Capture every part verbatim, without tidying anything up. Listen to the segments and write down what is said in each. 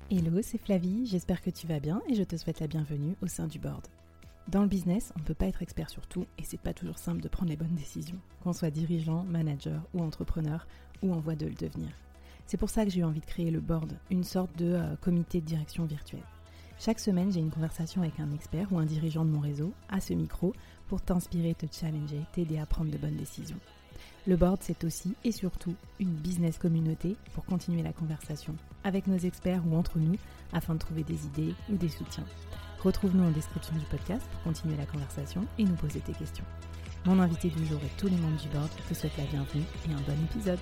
Hello, c'est Flavie, j'espère que tu vas bien et je te souhaite la bienvenue au sein du board. Dans le business, on ne peut pas être expert sur tout et c'est pas toujours simple de prendre les bonnes décisions, qu'on soit dirigeant, manager ou entrepreneur ou en voie de le devenir. C'est pour ça que j'ai eu envie de créer le board, une sorte de euh, comité de direction virtuel. Chaque semaine, j'ai une conversation avec un expert ou un dirigeant de mon réseau à ce micro pour t'inspirer, te challenger, t'aider à prendre de bonnes décisions. Le board, c'est aussi et surtout une business communauté pour continuer la conversation avec nos experts ou entre nous afin de trouver des idées ou des soutiens. Retrouve-nous en description du podcast pour continuer la conversation et nous poser tes questions. Mon invité du jour et tous les membres du board te souhaitent la bienvenue et un bon épisode.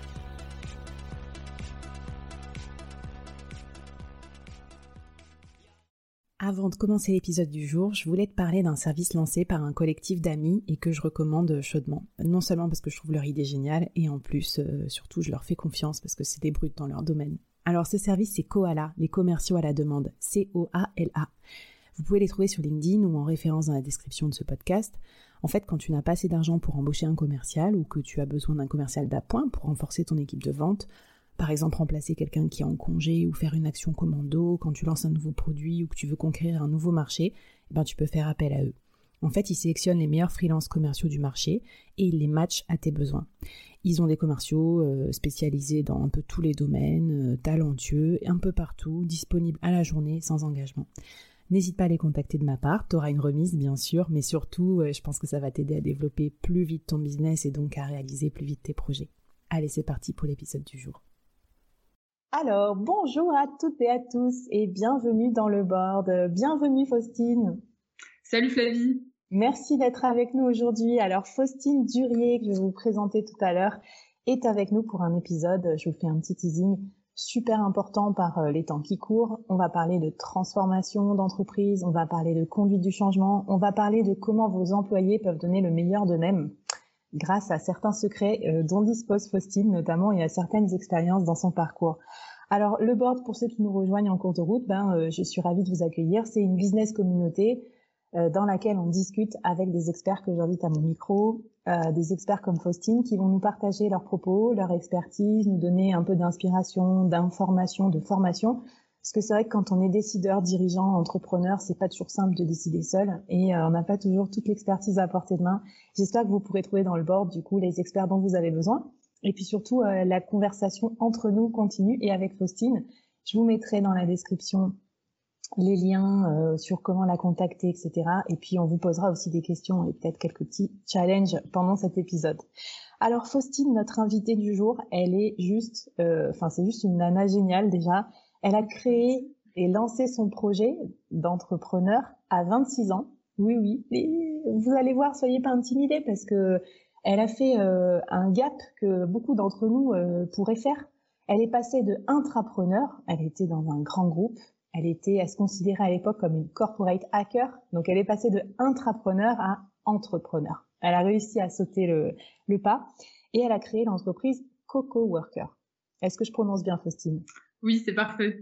Avant de commencer l'épisode du jour, je voulais te parler d'un service lancé par un collectif d'amis et que je recommande chaudement. Non seulement parce que je trouve leur idée géniale, et en plus, euh, surtout, je leur fais confiance parce que c'est des brutes dans leur domaine. Alors ce service, c'est Koala, les commerciaux à la demande, C O A L A. Vous pouvez les trouver sur LinkedIn ou en référence dans la description de ce podcast. En fait, quand tu n'as pas assez d'argent pour embaucher un commercial ou que tu as besoin d'un commercial d'appoint pour renforcer ton équipe de vente, par exemple, remplacer quelqu'un qui est en congé ou faire une action commando quand tu lances un nouveau produit ou que tu veux conquérir un nouveau marché, eh ben, tu peux faire appel à eux. En fait, ils sélectionnent les meilleurs freelances commerciaux du marché et ils les matchent à tes besoins. Ils ont des commerciaux euh, spécialisés dans un peu tous les domaines, euh, talentueux, un peu partout, disponibles à la journée, sans engagement. N'hésite pas à les contacter de ma part, tu auras une remise bien sûr, mais surtout, euh, je pense que ça va t'aider à développer plus vite ton business et donc à réaliser plus vite tes projets. Allez, c'est parti pour l'épisode du jour. Alors, bonjour à toutes et à tous et bienvenue dans le board. Bienvenue Faustine. Salut Flavie. Merci d'être avec nous aujourd'hui. Alors, Faustine Durier, que je vais vous présenter tout à l'heure, est avec nous pour un épisode, je vous fais un petit teasing, super important par les temps qui courent. On va parler de transformation d'entreprise, on va parler de conduite du changement, on va parler de comment vos employés peuvent donner le meilleur d'eux-mêmes grâce à certains secrets euh, dont dispose Faustine notamment et à certaines expériences dans son parcours. Alors le board, pour ceux qui nous rejoignent en cours de route, ben, euh, je suis ravie de vous accueillir. C'est une business communauté euh, dans laquelle on discute avec des experts que j'invite à mon micro, euh, des experts comme Faustine qui vont nous partager leurs propos, leur expertise, nous donner un peu d'inspiration, d'information, de formation. Parce que c'est vrai que quand on est décideur, dirigeant, entrepreneur, c'est pas toujours simple de décider seul et euh, on n'a pas toujours toute l'expertise à portée de main. J'espère que vous pourrez trouver dans le board, du coup, les experts dont vous avez besoin. Et puis surtout, euh, la conversation entre nous continue et avec Faustine. Je vous mettrai dans la description les liens euh, sur comment la contacter, et cetera. Et puis, on vous posera aussi des questions et peut-être quelques petits challenges pendant cet épisode. Alors, Faustine, notre invitée du jour, elle est juste, euh, enfin, c'est juste une nana géniale déjà. Elle a créé et lancé son projet d'entrepreneur à vingt-six ans. Oui, oui. Et vous allez voir, soyez pas intimidés parce que elle a fait euh, un gap que beaucoup d'entre nous euh, pourraient faire. Elle est passée de intrapreneur, elle était dans un grand groupe, elle était, elle se considérait à l'époque comme une corporate hacker, donc elle est passée de intrapreneur à entrepreneur. Elle a réussi à sauter le, le pas et elle a créé l'entreprise Coco Worker. Est-ce que je prononce bien, Faustine ? Oui, c'est parfait.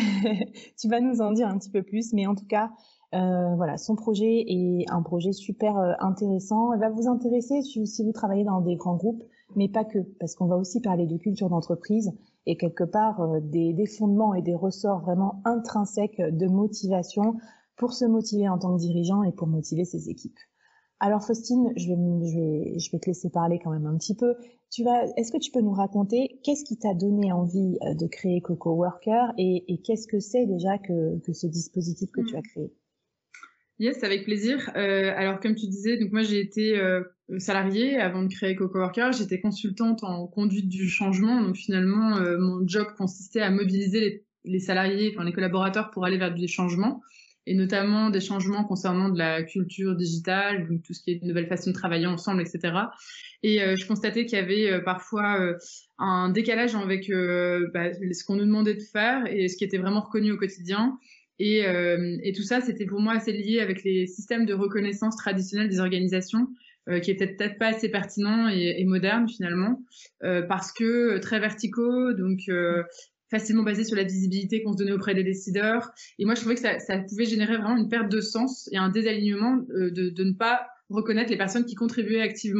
Tu vas nous en dire un petit peu plus, mais en tout cas, euh, voilà, son projet est un projet super euh, intéressant. Elle va vous intéresser si, si vous travaillez dans des grands groupes, mais pas que, parce qu'on va aussi parler de culture d'entreprise et quelque part euh, des, des fondements et des ressorts vraiment intrinsèques de motivation pour se motiver en tant que dirigeant et pour motiver ses équipes. Alors Faustine, je vais, je vais, je vais te laisser parler quand même un petit peu. Tu vas, est-ce que tu peux nous raconter qu'est-ce qui t'a donné envie de créer Coco Worker et, et qu'est-ce que c'est déjà que, que ce dispositif que mmh. tu as créé ? Yes, avec plaisir. Euh, alors comme tu disais, donc moi j'ai été euh, salariée avant de créer Coco Worker. J'étais consultante en conduite du changement. Donc finalement, euh, mon job consistait à mobiliser les, les salariés, enfin les collaborateurs pour aller vers du changement. Et notamment des changements concernant de la culture digitale, donc tout ce qui est de nouvelles façons de travailler ensemble, et cetera. Et euh, je constatais qu'il y avait euh, parfois euh, un décalage avec euh, bah, ce qu'on nous demandait de faire et ce qui était vraiment reconnu au quotidien. Et, euh, et tout ça, c'était pour moi assez lié avec les systèmes de reconnaissance traditionnels des organisations, euh, qui étaient peut-être pas assez pertinents et, et modernes finalement, euh, parce que très verticaux, donc... Euh, facilement basé sur la visibilité qu'on se donnait auprès des décideurs. Et moi, je trouvais que ça, ça pouvait générer vraiment une perte de sens et un désalignement euh, de, de ne pas reconnaître les personnes qui contribuaient activement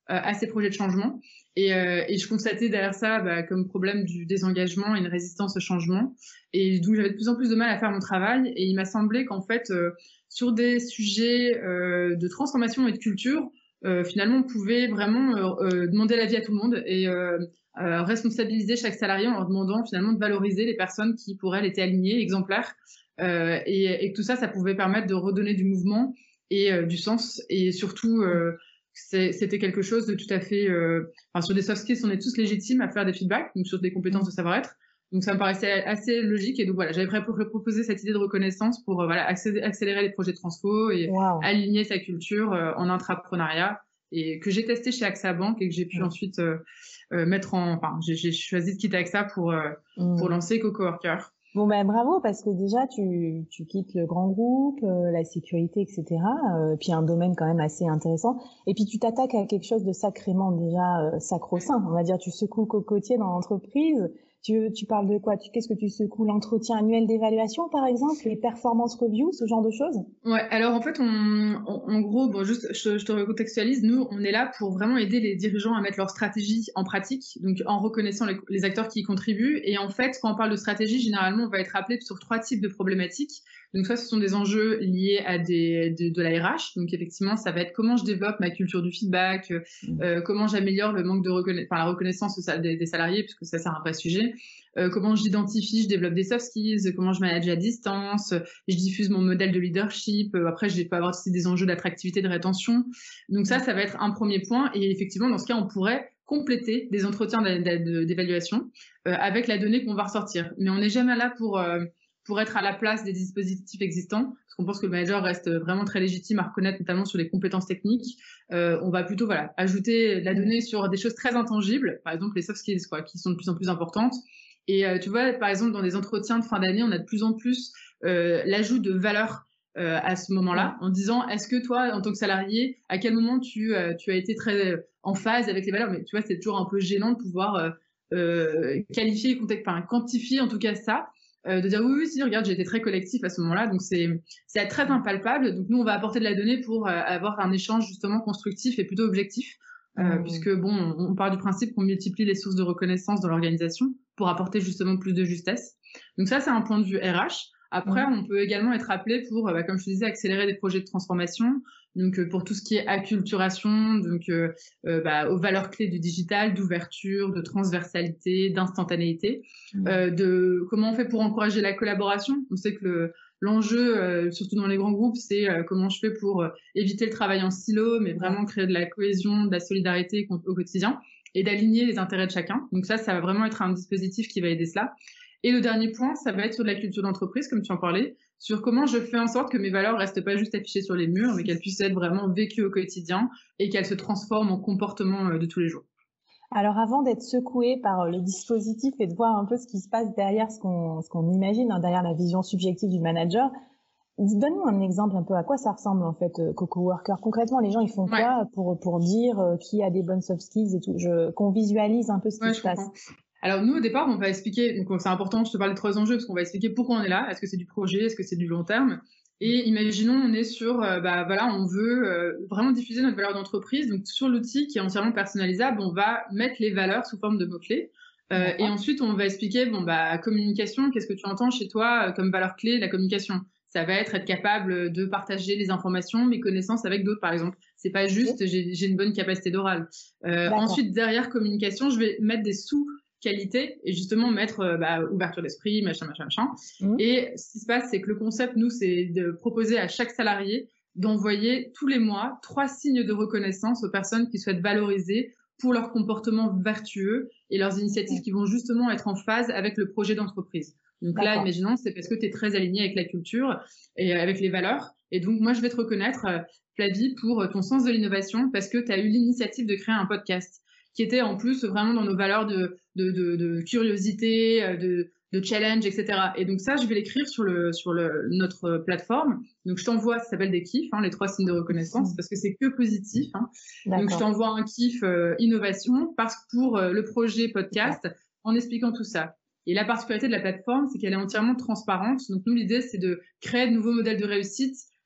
à ces projets de changement. Et, euh, et je constatais derrière ça bah, comme problème du désengagement et une résistance au changement. Et donc, j'avais de plus en plus de mal à faire mon travail. Et il m'a semblé qu'en fait, euh, sur des sujets euh, de transformation et de culture, euh, finalement, on pouvait vraiment euh, euh, demander l'avis à tout le monde et euh, euh, responsabiliser chaque salarié en leur demandant finalement de valoriser les personnes qui, pour elles, étaient alignées, exemplaires. Euh, et, et que tout ça, ça pouvait permettre de redonner du mouvement et euh, du sens. Et surtout... Euh, c'était quelque chose de tout à fait... Euh... Enfin, sur des soft skills, on est tous légitimes à faire des feedbacks, donc sur des compétences de savoir-être. Donc ça me paraissait assez logique. Et donc voilà, j'avais proposé cette idée de reconnaissance pour euh, voilà, accélérer les projets de transfo et wow. aligner sa culture euh, en intrapreneuriat, et que j'ai testé chez AXA Bank et que j'ai pu mmh. ensuite euh, euh, mettre en... Enfin, j'ai choisi de quitter AXA pour, euh, mmh. pour lancer CoCoworker. Bon ben bravo, parce que déjà tu, tu quittes le grand groupe, euh, la sécurité, et cetera. Euh, puis un domaine quand même assez intéressant. Et puis tu t'attaques à quelque chose de sacrément déjà euh, sacro-saint. On va dire, tu secoues le cocotier dans l'entreprise. Tu, tu parles de quoi? Qu'est-ce que tu secoues? L'entretien annuel d'évaluation, par exemple, les performance reviews, ce genre de choses? Ouais, alors en fait, on, on, en gros, bon, juste, je, je te recontextualise, nous, on est là pour vraiment aider les dirigeants à mettre leur stratégie en pratique, donc en reconnaissant les, les acteurs qui y contribuent. Et en fait, quand on parle de stratégie, généralement, on va être appelé sur trois types de problématiques. Donc soit ce sont des enjeux liés à des, de, de la R H, donc effectivement, ça va être comment je développe ma culture du feedback, euh, comment j'améliore le manque de reconna enfin, la reconnaissance des, des salariés, puisque ça, c'est un vrai sujet. Euh, comment j'identifie, je développe des soft skills, comment je manage à distance, je diffuse mon modèle de leadership, euh, après je peux avoir aussi des enjeux d'attractivité, de rétention. Donc ça, ça va être un premier point, et effectivement, dans ce cas, on pourrait compléter des entretiens d'évaluation euh, avec la donnée qu'on va ressortir. Mais on n'est jamais là pour, euh, pour être à la place des dispositifs existants, parce qu'on pense que le manager reste vraiment très légitime à reconnaître, notamment sur les compétences techniques. Euh, on va plutôt voilà, ajouter de la donnée sur des choses très intangibles, par exemple les soft skills, quoi, qui sont de plus en plus importantes. Et euh, tu vois, par exemple, dans des entretiens de fin d'année, on a de plus en plus euh, l'ajout de valeur euh, à ce moment-là, en disant, est-ce que toi, en tant que salarié, à quel moment tu, euh, tu as été très en phase avec les valeurs? Mais tu vois, c'est toujours un peu gênant de pouvoir euh, euh, qualifier, enfin, quantifier en tout cas ça, euh, de dire, oui, oui, si, regarde, j'ai été très collectif à ce moment-là, donc c'est très impalpable. Donc nous, on va apporter de la donnée pour euh, avoir un échange justement constructif et plutôt objectif. Euh, mmh. Puisque bon, on, on part du principe qu'on multiplie les sources de reconnaissance dans l'organisation pour apporter justement plus de justesse. Donc ça, c'est un point de vue R H. Après, mmh. on peut également être appelé pour, bah, comme je te disais, accélérer des projets de transformation. Donc euh, pour tout ce qui est acculturation, donc euh, euh, bah, aux valeurs clés du digital, d'ouverture, de transversalité, d'instantanéité, mmh. euh, de comment on fait pour encourager la collaboration. On sait que le L'enjeu, euh, surtout dans les grands groupes, c'est euh, comment je fais pour euh, éviter le travail en silo, mais vraiment créer de la cohésion, de la solidarité au quotidien et d'aligner les intérêts de chacun. Donc ça, ça va vraiment être un dispositif qui va aider cela. Et le dernier point, ça va être sur la culture d'entreprise, comme tu en parlais, sur comment je fais en sorte que mes valeurs restent pas juste affichées sur les murs, mais qu'elles puissent être vraiment vécues au quotidien et qu'elles se transforment en comportement euh, de tous les jours. Alors avant d'être secoué par le dispositif et de voir un peu ce qui se passe derrière ce qu'on ce qu'on imagine, hein, derrière la vision subjective du manager, donne-nous un exemple un peu à quoi ça ressemble en fait CoCoworker. Concrètement, les gens ils font ouais. quoi pour pour dire euh, qui a des bonnes soft skills et tout, je qu'on visualise un peu ce qui ouais, se passe. Alors nous au départ on va expliquer, donc c'est important, je te parle des trois enjeux parce qu'on va expliquer pourquoi on est là, est-ce que c'est du projet, est-ce que c'est du long terme. Et imaginons, on est sur, euh, bah voilà, on veut euh, vraiment diffuser notre valeur d'entreprise. Donc sur l'outil qui est entièrement personnalisable, on va mettre les valeurs sous forme de mots-clés. Euh, et ensuite, on va expliquer, bon bah communication, qu'est-ce que tu entends chez toi comme valeur clé de la communication? Ça va être être capable de partager les informations, mes connaissances avec d'autres, par exemple. C'est pas juste, j'ai une bonne capacité d'oral. Euh, ensuite, derrière communication, je vais mettre des sous qualité et justement mettre euh, bah, ouverture d'esprit, machin, machin, machin. Mmh. Et ce qui se passe, c'est que le concept, nous, c'est de proposer à chaque salarié d'envoyer tous les mois trois signes de reconnaissance aux personnes qui souhaitent valoriser pour leur comportement vertueux et leurs initiatives mmh. qui vont justement être en phase avec le projet d'entreprise. Donc là, imaginons, c'est parce que tu es très aligné avec la culture et avec les valeurs. Et donc, moi, je vais te reconnaître, euh, Flavie, pour ton sens de l'innovation parce que tu as eu l'initiative de créer un podcast qui était en plus vraiment dans nos valeurs de, de, de, de curiosité, de, de challenge, et cetera. Et donc ça, je vais l'écrire sur, le, sur le, notre plateforme. Donc je t'envoie, ça s'appelle des kiffs, hein, les trois signes de reconnaissance, parce que c'est que positif. Hein. Donc je t'envoie un kiff euh, innovation parce que pour euh, le projet podcast, en expliquant tout ça. Et la particularité de la plateforme, c'est qu'elle est entièrement transparente. Donc nous, l'idée, c'est de créer de nouveaux modèles de réussite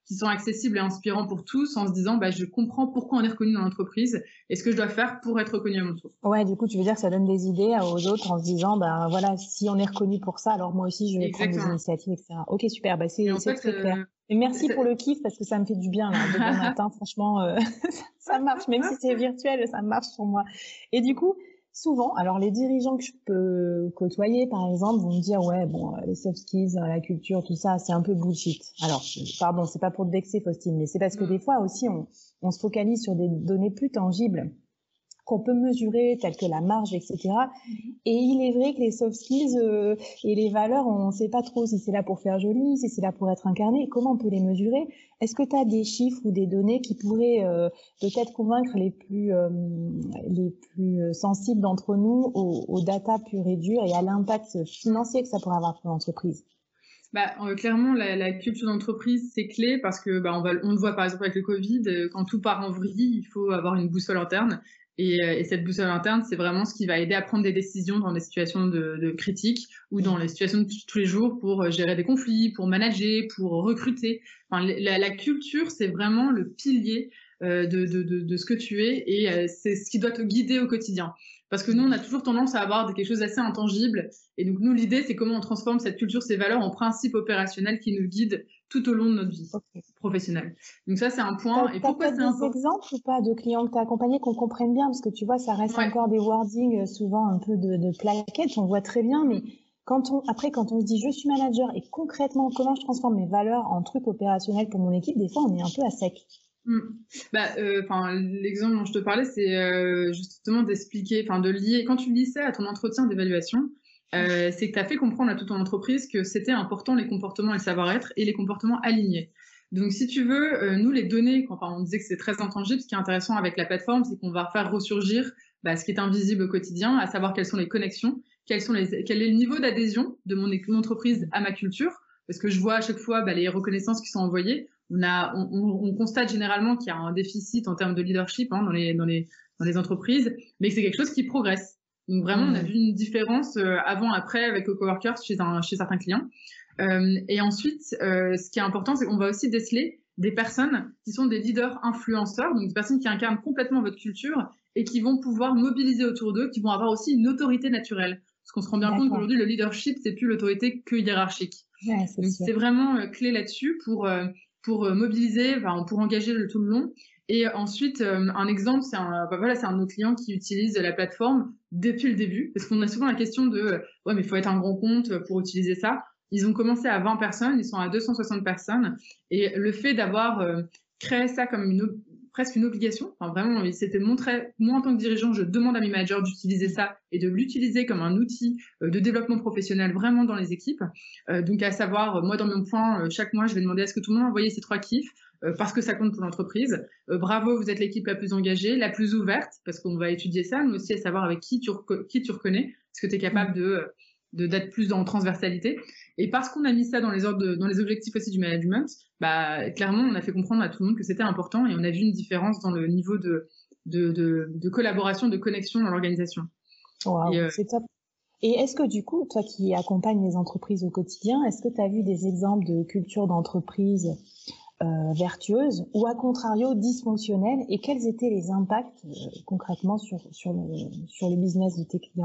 qui sont accessibles et inspirants pour tous, en se disant bah, je comprends pourquoi on est reconnu dans l'entreprise et ce que je dois faire pour être reconnu à mon tour. Ouais, du coup, tu veux dire que ça donne des idées aux autres en se disant bah voilà, si on est reconnu pour ça, alors moi aussi je vais Exactement. prendre des initiatives, et cetera. Ok, super, bah, c'est très euh, clair. Et merci pour le kiff parce que ça me fait du bien là, de bon matin, franchement, euh, ça marche, même si c'est virtuel, ça marche pour moi. Et du coup, souvent, alors les dirigeants que je peux côtoyer, par exemple, vont me dire ouais, bon, les soft skills, la culture, tout ça, c'est un peu bullshit. Alors, pardon, c'est pas pour te vexer, Faustine, mais c'est parce que des fois aussi, on, on se focalise sur des données plus tangibles qu'on peut mesurer, telles que la marge, et cetera. Et il est vrai que les soft skills euh, et les valeurs, on ne sait pas trop si c'est là pour faire joli, si c'est là pour être incarné. Comment on peut les mesurer? Est-ce que tu as des chiffres ou des données qui pourraient euh, peut-être convaincre les plus, euh, les plus sensibles d'entre nous aux, aux data pures et dures et à l'impact financier que ça pourrait avoir pour l'entreprise? Bah, euh, clairement, la, la culture d'entreprise, c'est clé parce que bah, on, va, on le voit par exemple avec le Covid, euh, quand tout part en vrille, il faut avoir une boussole interne. Et, euh, et cette boussole interne, c'est vraiment ce qui va aider à prendre des décisions dans des situations de, de critiques ou dans les situations de tous les jours pour gérer des conflits, pour manager, pour recruter. Enfin, la, la culture, c'est vraiment le pilier euh, de, de, de, de ce que tu es et euh, c'est ce qui doit te guider au quotidien. Parce que nous, on a toujours tendance à avoir quelque chose d'assez intangible. Et donc, nous, l'idée, c'est comment on transforme cette culture, ces valeurs en principes opérationnels qui nous guident tout au long de notre vie okay. professionnelle. Donc ça, c'est un point. T'as, et pourquoi c'est important ? T'as des exemples ou pas de clients que tu as accompagnés qu'on comprenne bien ? Parce que tu vois, ça reste ouais. encore des wordings souvent un peu de, de plaquettes. On voit très bien, mais quand on, après, quand on se dit je suis manager et concrètement, comment je transforme mes valeurs en trucs opérationnels pour mon équipe, des fois, on est un peu à sec. Mmh. Bah, enfin, euh, l'exemple dont je te parlais, c'est euh, justement d'expliquer, enfin, de lier. Quand tu lis ça à ton entretien d'évaluation, euh, c'est que tu as fait comprendre à toute ton entreprise que c'était important les comportements et le savoir-être et les comportements alignés. Donc, si tu veux, euh, nous, les données, quand enfin, on disait que c'est très intangible, ce qui est intéressant avec la plateforme, c'est qu'on va faire ressurgir bah, ce qui est invisible au quotidien, à savoir quelles sont les connexions, quels sont les, quel est le niveau d'adhésion de mon, mon entreprise à ma culture, parce que je vois à chaque fois bah, les reconnaissances qui sont envoyées. On, a, on, on constate généralement qu'il y a un déficit en termes de leadership hein, dans, les, dans, les, dans les entreprises, mais que c'est quelque chose qui progresse. Donc vraiment, mmh. on a vu une différence euh, avant-après avec le coworkers chez, un, chez certains clients. Euh, et ensuite, euh, ce qui est important, c'est qu'on va aussi déceler des personnes qui sont des leaders influenceurs, donc des personnes qui incarnent complètement votre culture et qui vont pouvoir mobiliser autour d'eux, qui vont avoir aussi une autorité naturelle. Parce qu'on se rend bien D'accord. compte qu'aujourd'hui, le leadership, c'est plus l'autorité que hiérarchique. Ouais, c'est donc sûr. C'est vraiment euh, clé là-dessus pour... Euh, pour mobiliser, enfin, pour engager le tout le long. Et ensuite, euh, un exemple, c'est un, bah voilà, c'est un de nos clients qui utilise la plateforme depuis le début, parce qu'on a souvent la question de euh, ouais, mais il faut être un grand compte pour utiliser ça. Ils ont commencé à vingt personnes, ils sont à deux cent soixante personnes, et le fait d'avoir euh, créé ça comme une presque une obligation, enfin vraiment, il s'était montré, moi en tant que dirigeant, je demande à mes managers d'utiliser ça et de l'utiliser comme un outil euh, de développement professionnel vraiment dans les équipes. Euh, donc à savoir, moi dans mon point, euh, chaque mois, je vais demander à ce que tout le monde envoie ces trois kiffs euh, parce que ça compte pour l'entreprise. Euh, bravo, vous êtes l'équipe la plus engagée, la plus ouverte, parce qu'on va étudier ça, mais aussi à savoir avec qui tu, qui tu reconnais, est-ce que tu es capable de, de, d'être plus dans transversalité. Et parce qu'on a mis ça dans les ordres de, dans les objectifs aussi du management, bah, clairement, on a fait comprendre à tout le monde que c'était important et on a vu une différence dans le niveau de, de, de, de collaboration, de connexion dans l'organisation. Wow, euh... c'est top. Et est-ce que du coup, toi qui accompagnes les entreprises au quotidien, est-ce que tu as vu des exemples de culture d'entreprise euh, vertueuse ou à contrario dysfonctionnelle et quels étaient les impacts euh, concrètement sur, sur, le, sur le business de tes clients ?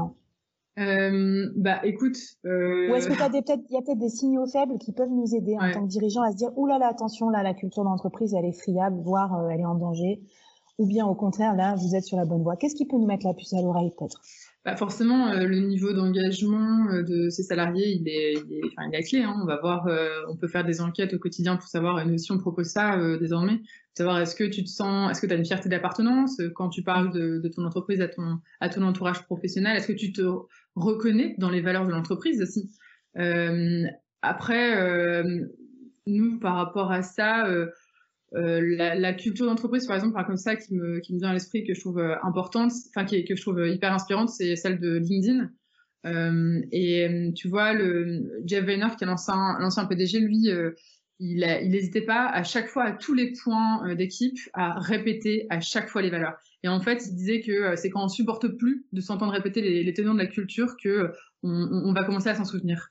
Euh, bah écoute. Euh... Ou est-ce que tu as des, peut-être, il y a peut-être des signaux faibles qui peuvent nous aider ouais. en tant que dirigeant à se dire, ouh là là, attention, là, la culture d'entreprise, elle est friable, voire euh, elle est en danger. Ou bien au contraire, là, vous êtes sur la bonne voie. Qu'est-ce qui peut nous mettre la puce à l'oreille peut-être ? Bah forcément, euh, le niveau d'engagement euh, de ces salariés, il est, il est, enfin, il est clé. Hein. On va voir, euh, on peut faire des enquêtes au quotidien pour savoir, nous aussi on propose ça euh, désormais, savoir est-ce que tu te sens, est-ce que tu as une fierté d'appartenance euh, quand tu parles de, de ton entreprise à ton, à ton entourage professionnel, est-ce que tu te reconnais dans les valeurs de l'entreprise aussi. Euh, après, euh, nous par rapport à ça. Euh, Euh, la, la culture d'entreprise, par exemple, comme ça, qui me, qui me vient à l'esprit, que je trouve euh, importante, enfin, qui, que je trouve hyper inspirante, c'est celle de LinkedIn. Euh, et tu vois, le Jeff Weiner, qui est l'ancien, l'ancien P D G, lui, euh, il n'hésitait pas à chaque fois, à tous les points euh, d'équipe, à répéter à chaque fois les valeurs. Et en fait, il disait que euh, c'est quand on supporte plus de s'entendre répéter les, les tenants de la culture que euh, on, on va commencer à s'en souvenir.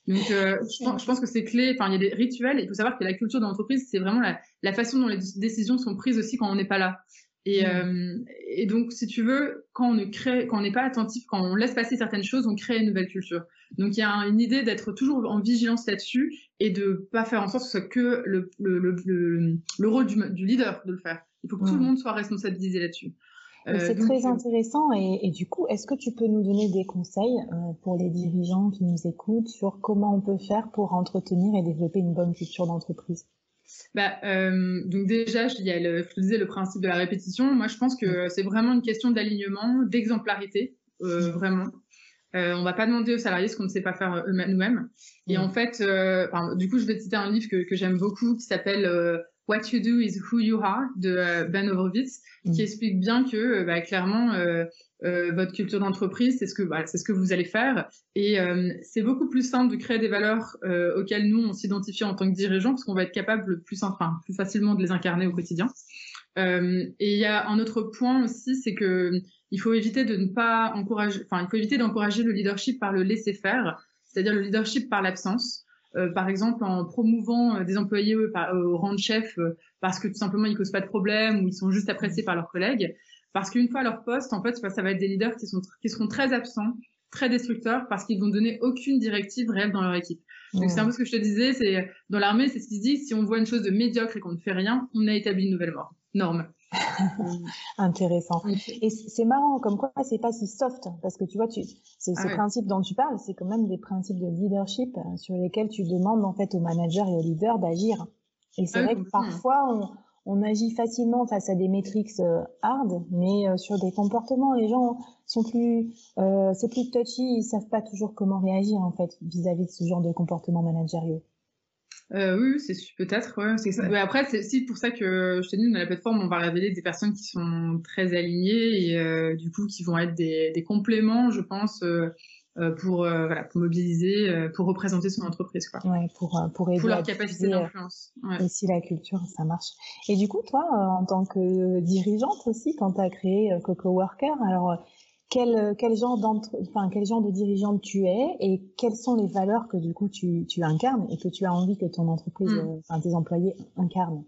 Donc, euh, je, pense, je pense que c'est clé. Enfin, il y a des rituels. Il faut savoir que la culture de l'entreprise, c'est vraiment la, la façon dont les décisions sont prises aussi quand on n'est pas là. Et, mmh. euh, et donc, si tu veux, quand on ne crée, quand on n'est pas attentif, quand on laisse passer certaines choses, on crée une nouvelle culture. Donc, il y a un, une idée d'être toujours en vigilance là-dessus et de pas faire en sorte que ce soit que le, le, le, le, le rôle du, du leader de le faire. Il faut que mmh. tout le monde soit responsabilisé là-dessus. Euh, c'est donc, très intéressant et, et du coup, est-ce que tu peux nous donner des conseils euh, pour les dirigeants qui nous écoutent sur comment on peut faire pour entretenir et développer une bonne culture d'entreprise? Bah, euh, donc déjà, il y a le, je te disais le principe de la répétition. Moi, je pense que c'est vraiment une question d'alignement, d'exemplarité, euh, vraiment. Euh, on va pas demander aux salariés ce qu'on ne sait pas faire nous-mêmes. Et mmh. en fait, euh, enfin, du coup, je vais te citer un livre que, que j'aime beaucoup qui s'appelle euh, What You Do Is Who You Are de euh, Ben Horowitz, mmh. qui explique bien que bah, clairement euh, euh, votre culture d'entreprise, c'est ce que bah, c'est ce que vous allez faire. Et euh, c'est beaucoup plus simple de créer des valeurs euh, auxquelles nous on s'identifie en tant que dirigeant, parce qu'on va être capable plus, enfin, plus facilement de les incarner au quotidien. Euh, et il y a un autre point aussi, c'est que il faut éviter de ne pas encourager, enfin, il faut éviter d'encourager le leadership par le laisser-faire, c'est-à-dire le leadership par l'absence. Euh, par exemple, en promouvant euh, des employés euh, par, euh, au rang de chef euh, parce que tout simplement ils causent pas de problème ou ils sont juste appréciés par leurs collègues. Parce qu'une fois à leur poste, en fait, ça va être des leaders qui sont qui seront très absents, très destructeurs parce qu'ils vont donner aucune directive réelle dans leur équipe. Donc mmh. c'est un peu ce que je te disais, c'est dans l'armée, c'est ce qui se dit, si on voit une chose de médiocre et qu'on ne fait rien, on a établi une nouvelle norme. Intéressant. Okay. Et c'est marrant, comme quoi c'est pas si soft, parce que tu vois, tu, c'est ah ce ouais. principe dont tu parles, c'est quand même des principes de leadership sur lesquels tu demandes en fait aux managers et aux leaders d'agir. Et c'est ah vrai oui, que parfois on, on agit facilement face à des métriques euh, hard, mais euh, sur des comportements, les gens sont plus, euh, c'est plus touchy, ils savent pas toujours comment réagir en fait vis-à-vis de ce genre de comportements managériaux. Euh, oui, c'est peut-être. Ouais, c'est ça. Ouais. Mais après, c'est aussi pour ça que je t'ai dit, dans la plateforme, on va révéler des personnes qui sont très alignées et euh, du coup qui vont être des, des compléments, je pense, euh, pour euh, voilà, pour mobiliser, euh, pour représenter son entreprise, quoi. Ouais, pour pour aider pour leur capacité d'influence. Ouais. Aussi la culture, ça marche. Et du coup, toi, en tant que dirigeante aussi, quand tu as créé Coco Worker, alors Quel, quel genre d'entre, enfin, quel genre de dirigeante tu es et quelles sont les valeurs que du coup tu, tu incarnes et que tu as envie que ton entreprise, mmh. euh, enfin tes employés incarnent?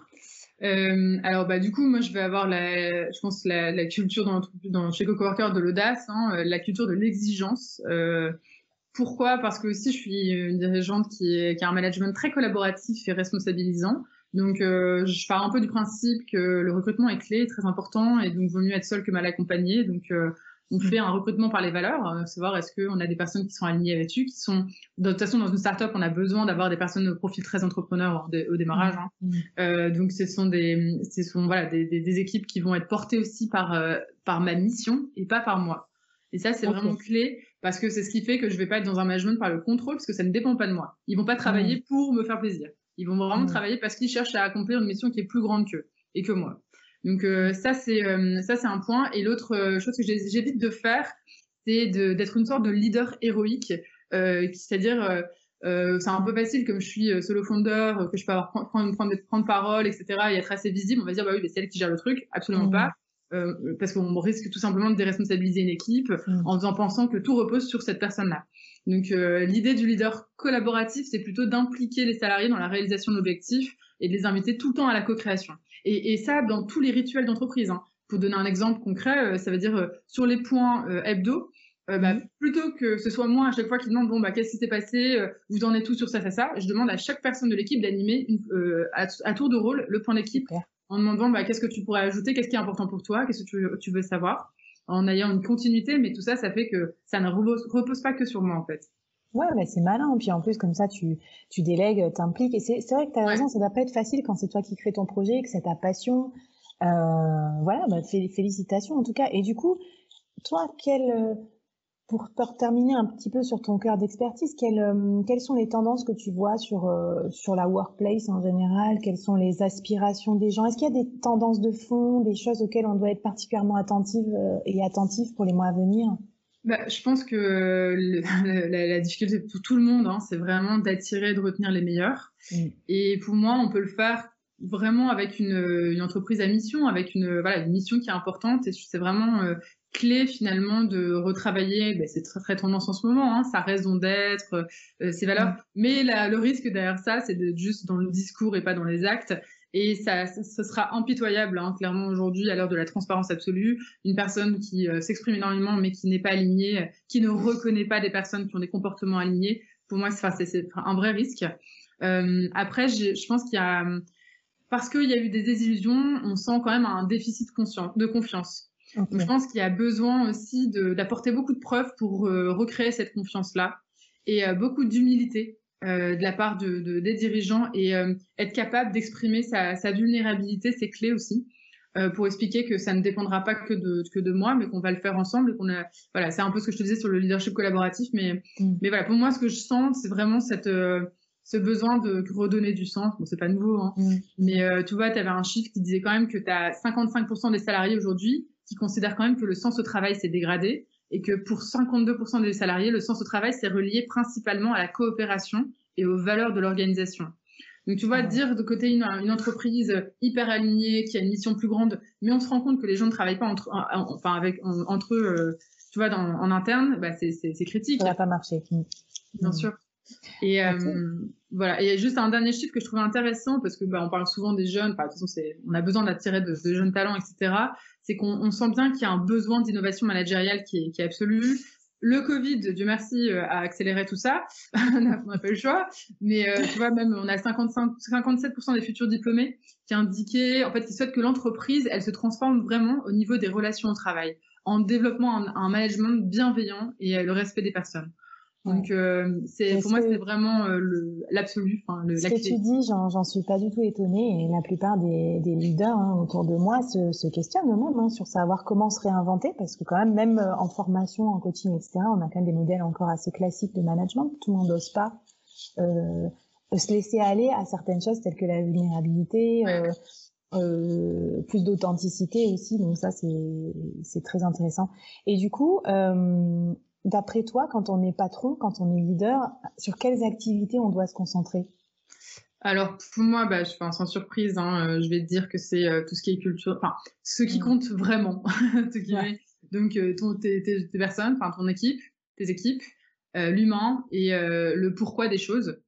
Euh, alors bah du coup moi je vais avoir la, je pense la, la culture dans, dans chez Coco Worker de l'audace, hein, la culture de l'exigence. Euh, pourquoi? Parce que aussi je suis une dirigeante qui, est, qui a un management très collaboratif et responsabilisant. Donc, euh, je pars un peu du principe que le recrutement est clé, très important, et donc vaut mieux être seul que mal accompagné. Donc, euh, on fait un recrutement par les valeurs, euh, savoir est-ce qu'on a des personnes qui sont alignées là-dessus, qui sont, de toute façon, dans une start-up, on a besoin d'avoir des personnes au profil très entrepreneur au démarrage. Hein. Mmh. Euh, donc, ce sont des, ce sont voilà des, des, des équipes qui vont être portées aussi par euh, par ma mission et pas par moi. Et ça, c'est okay. vraiment clé parce que c'est ce qui fait que je vais pas être dans un management par le contrôle, parce que ça ne dépend pas de moi. Ils vont pas travailler mmh. pour me faire plaisir. Ils vont vraiment mmh. travailler parce qu'ils cherchent à accomplir une mission qui est plus grande qu'eux et que moi. Donc euh, ça c'est euh, ça c'est un point. Et l'autre euh, chose que j'évite de faire, c'est d'être une sorte de leader héroïque, euh, c'est-à-dire euh, euh, c'est un peu facile comme je suis solo founder, que je peux avoir prendre prendre prendre parole, et cetera. Et être assez visible. On va dire bah oui, c'est elle qui gère le truc. Absolument mmh. pas. Euh, parce qu'on risque tout simplement de déresponsabiliser une équipe mmh. en faisant pensant que tout repose sur cette personne-là. Donc euh, l'idée du leader collaboratif, c'est plutôt d'impliquer les salariés dans la réalisation de l'objectif et de les inviter tout le temps à la co-création. Et, et ça, dans tous les rituels d'entreprise. Hein. Pour donner un exemple concret, euh, ça veut dire euh, sur les points euh, hebdo, euh, bah, mmh. plutôt que ce soit moi à chaque fois qui demande bon bah qu'est-ce qui s'est passé, euh, vous en êtes tout sur ça, ça, ça, je demande à chaque personne de l'équipe d'animer euh, à, à tour de rôle le point d'équipe. Okay. En demandant bah, qu'est-ce que tu pourrais ajouter, qu'est-ce qui est important pour toi, qu'est-ce que tu veux, tu veux savoir, en ayant une continuité, mais tout ça, ça fait que ça ne repose, repose pas que sur moi, en fait. Ouais, bah c'est malin, puis en plus, comme ça, tu, tu délègues, t'impliques, et c'est vrai que t'as ouais. raison, ça doit pas être facile quand c'est toi qui crée ton projet, que c'est ta passion, euh, voilà, bah, félicitations en tout cas, et du coup, toi, quel... Pour, pour terminer un petit peu sur ton cœur d'expertise, quelles, euh, quelles sont les tendances que tu vois sur, euh, sur la workplace en général? Quelles sont les aspirations des gens? Est-ce qu'il y a des tendances de fond, des choses auxquelles on doit être particulièrement attentive euh, et attentif pour les mois à venir? Bah, je pense que le, la, la difficulté pour tout le monde, hein, c'est vraiment d'attirer et de retenir les meilleurs. Mmh. Et pour moi, on peut le faire vraiment avec une, une entreprise à mission, avec une, voilà, une mission qui est importante. Et c'est vraiment euh, clé finalement de retravailler. Ben, c'est très très tendance en ce moment, hein, sa raison d'être, euh, ses valeurs. Mmh. Mais la, le risque derrière ça, c'est d'être juste dans le discours et pas dans les actes. Et ça, ça, ce sera impitoyable, hein, clairement, aujourd'hui, à l'heure de la transparence absolue. Une personne qui euh, s'exprime énormément, mais qui n'est pas alignée, euh, qui ne reconnaît pas des personnes qui ont des comportements alignés, pour moi, c'est, c'est un vrai risque. Euh, après, je pense qu'il y a... Parce qu'il y a eu des désillusions, on sent quand même un déficit de confiance. Okay. Donc, je pense qu'il y a besoin aussi de, d'apporter beaucoup de preuves pour euh, recréer cette confiance-là. Et euh, beaucoup d'humilité. Euh, de la part de, de, des dirigeants et euh, être capable d'exprimer sa, sa vulnérabilité, c'est clé aussi, euh, pour expliquer que ça ne dépendra pas que de, que de moi, mais qu'on va le faire ensemble. Et qu'on a, voilà, c'est un peu ce que je te disais sur le leadership collaboratif, mais, mm. mais voilà, pour moi, ce que je sens, c'est vraiment cette, euh, ce besoin de redonner du sens. Bon, c'est pas nouveau, hein, mm. mais euh, tu vois, tu avais un chiffre qui disait quand même que tu as cinquante-cinq pour cent des salariés aujourd'hui qui considèrent quand même que le sens au travail s'est dégradé. Et que pour cinquante-deux pour cent des salariés, le sens au travail, c'est relié principalement à la coopération et aux valeurs de l'organisation. Donc, tu vois, dire de côté une, une entreprise hyper alignée, qui a une mission plus grande, mais on se rend compte que les gens ne travaillent pas entre, en, enfin, avec, en, entre eux, euh, tu vois, dans, en interne, bah, c'est, c'est, c'est critique. Ça va pas marcher. Bien mmh. sûr. Et okay. euh, voilà. Et juste un dernier chiffre que je trouvais intéressant, parce que bah, on parle souvent des jeunes, enfin, de toute façon, c'est, on a besoin d'attirer de, de jeunes talents, et cetera. C'est qu'on on sent bien qu'il y a un besoin d'innovation managériale qui est, qui est absolu. Le Covid, Dieu merci, euh, a accéléré tout ça. on n'a pas eu le choix. Mais euh, tu vois, même on a cinquante-cinq, cinquante-sept pour cent des futurs diplômés qui indiquaient, en fait, qui souhaitent que l'entreprise, elle se transforme vraiment au niveau des relations au travail, en développant un, un management bienveillant et euh, le respect des personnes. Donc, euh, c'est, pour moi, que... c'est vraiment euh, le, l'absolu. Enfin, le, ce la que clé. tu dis, j'en, j'en suis pas du tout étonnée. Et la plupart des, des leaders hein, autour de moi se, se questionnent eux-mêmes hein, sur savoir comment se réinventer. Parce que quand même, même en formation, en coaching, et cetera, on a quand même des modèles encore assez classiques de management. Tout le monde n'ose pas euh, se laisser aller à certaines choses telles que la vulnérabilité, euh, euh, plus d'authenticité aussi. Donc ça, c'est, c'est très intéressant. Et du coup... Euh, d'après toi, quand on est patron, quand on est leader, sur quelles activités on doit se concentrer ? Alors, pour moi, bah, je, enfin, sans surprise, hein, je vais te dire que c'est euh, tout ce qui est culture, enfin, ce qui compte vraiment. ce qui ouais. est, donc, euh, ton, tes, tes, tes personnes, enfin, ton équipe, tes équipes, euh, l'humain et euh, le pourquoi des choses.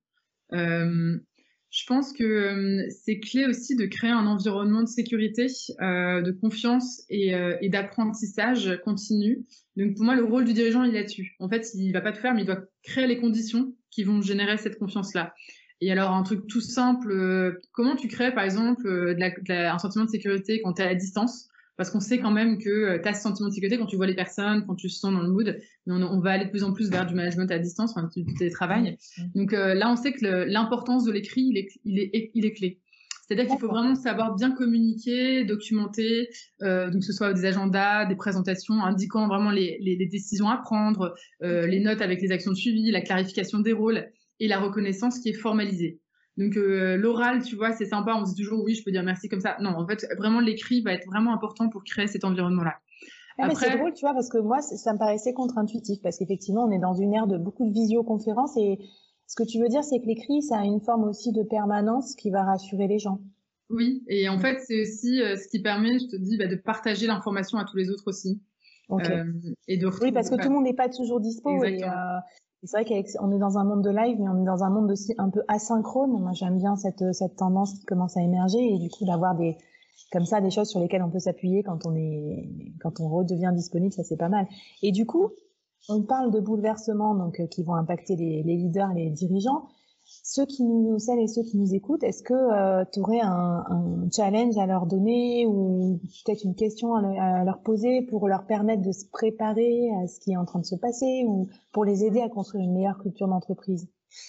Euh, je pense que euh, c'est clé aussi de créer un environnement de sécurité, euh, de confiance et, euh, et d'apprentissage continu. Donc pour moi, le rôle du dirigeant, il est là-dessus. En fait, il va pas tout faire, mais il doit créer les conditions qui vont générer cette confiance-là. Et alors, un truc tout simple, euh, comment tu crées, par exemple, euh, de la, de la, un sentiment de sécurité quand tu es à la distance ? Parce qu'on sait quand même que euh, tu as ce sentiment de sécurité quand tu vois les personnes, quand tu te sens dans le mood. Mais on, on va aller de plus en plus vers du management à distance, enfin, du télétravail. Mmh. Donc euh, là, on sait que le, l'importance de l'écrit, il est, il est, il est clé. C'est-à-dire qu'il faut vraiment savoir bien communiquer, documenter, euh, donc que ce soit des agendas, des présentations, indiquant vraiment les, les, les décisions à prendre, euh, okay. les notes avec les actions de suivi, la clarification des rôles et la reconnaissance qui est formalisée. Donc euh, l'oral, tu vois, c'est sympa, on se dit toujours oui, je peux dire merci comme ça. Non, en fait, vraiment l'écrit va être vraiment important pour créer cet environnement-là. Ah, Après... mais c'est drôle, tu vois, parce que moi, ça me paraissait contre-intuitif, parce qu'effectivement, on est dans une ère de beaucoup de visioconférences et ce que tu veux dire, c'est que l'écrit, ça a une forme aussi de permanence qui va rassurer les gens. Oui, et en fait, c'est aussi euh, ce qui permet, je te dis, bah, de partager l'information à tous les autres aussi. Okay. Euh, et de oui, parce que tout le monde n'est pas toujours dispo. Et, euh, et c'est vrai qu'on est dans un monde de live, mais on est dans un monde aussi un peu asynchrone. Moi, j'aime bien cette, cette tendance qui commence à émerger et du coup, d'avoir des, comme ça, des choses sur lesquelles on peut s'appuyer quand on est, quand on redevient disponible, ça c'est pas mal. Et du coup, on parle de bouleversements donc euh, qui vont impacter les, les leaders, les dirigeants. Ceux qui nous, celles et ceux qui nous écoutent, est-ce que euh, tu aurais un, un challenge à leur donner ou peut-être une question à, le, à leur poser pour leur permettre de se préparer à ce qui est en train de se passer ou pour les aider à construire une meilleure culture d'entreprise ?